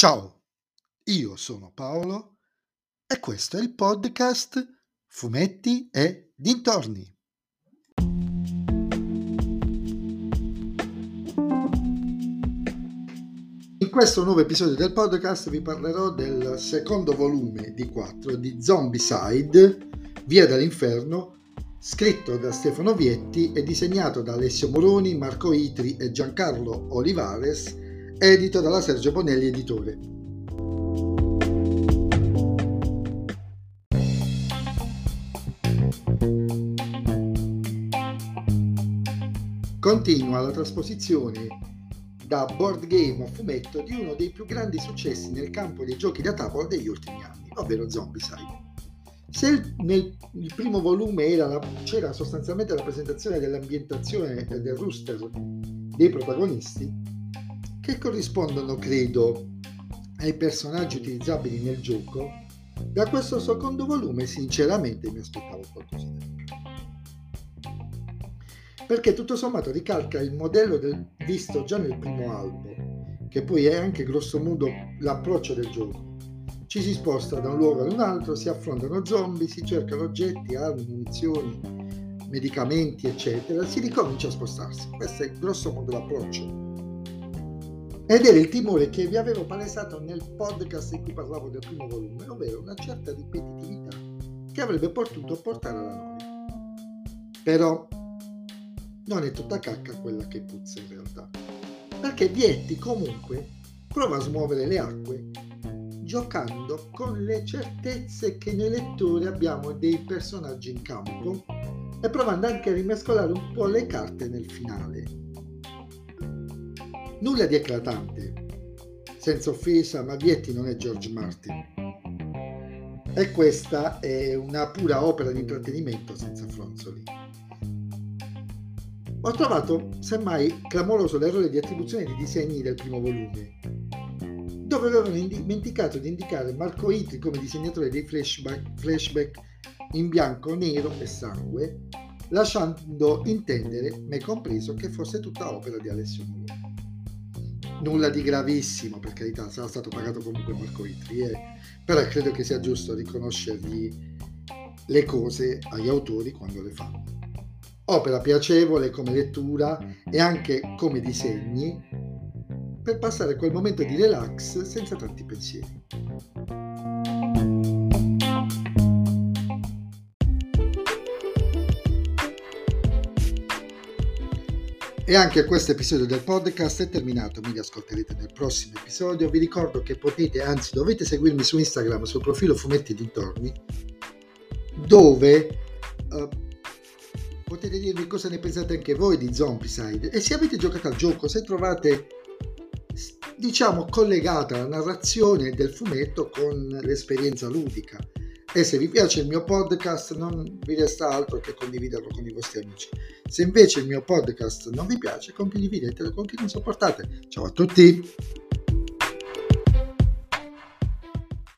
Ciao, io sono Paolo e questo è il podcast Fumetti e Dintorni. In questo nuovo episodio del podcast vi parlerò del secondo volume di 4 di Zombicide, Via dall'Inferno, scritto da Stefano Vietti e disegnato da Alessio Moroni, Marco Itri e Giancarlo Olivares, edito dalla Sergio Bonelli Editore. Continua la trasposizione da board game a fumetto di uno dei più grandi successi nel campo dei giochi da tavola degli ultimi anni, ovvero Zombicide. Se il primo volume c'era sostanzialmente la presentazione dell'ambientazione e del roster dei protagonisti, che corrispondono, credo, ai personaggi utilizzabili nel gioco, da questo secondo volume sinceramente mi aspettavo qualcosa di più. Perché tutto sommato ricalca il modello visto già nel primo albo, che poi è anche grosso modo l'approccio del gioco. Ci si sposta da un luogo ad un altro, si affrontano zombie, si cercano oggetti, armi, munizioni, medicamenti, eccetera, si ricomincia a spostarsi. Questo è grosso modo l'approccio. Ed era il timore che vi avevo palesato nel podcast in cui parlavo del primo volume, ovvero una certa ripetitività che avrebbe potuto portare alla noia. Però non è tutta cacca quella che puzza in realtà, perché Vietti comunque prova a smuovere le acque giocando con le certezze che noi lettori abbiamo dei personaggi in campo e provando anche a rimescolare un po' le carte nel finale. Nulla di eclatante, senza offesa, ma Vietti non è George Martin e questa è una pura opera di intrattenimento senza fronzoli. Ho trovato semmai clamoroso l'errore di attribuzione dei disegni del primo volume, dove avevano dimenticato di indicare Marco Itri come disegnatore dei flashback in bianco, nero e sangue, lasciando intendere, me compreso, che fosse tutta opera di Alessio Moroni. Nulla di gravissimo, per carità, sarà stato pagato comunque Marco Itri, però credo che sia giusto riconoscergli le cose agli autori quando le fanno. Opera piacevole come lettura e anche come disegni per passare quel momento di relax senza tanti pensieri. E anche questo episodio del podcast è terminato, mi riascolterete nel prossimo episodio. Vi ricordo che potete, anzi dovete seguirmi su Instagram sul profilo Fumetti e Dintorni, dove potete dirmi cosa ne pensate anche voi di Zombicide e se avete giocato al gioco, se trovate collegata la narrazione del fumetto con l'esperienza ludica. E se vi piace il mio podcast non vi resta altro che condividerlo con i vostri amici. Se invece il mio podcast non vi piace, condividetelo con chi non sopportate. Ciao a tutti!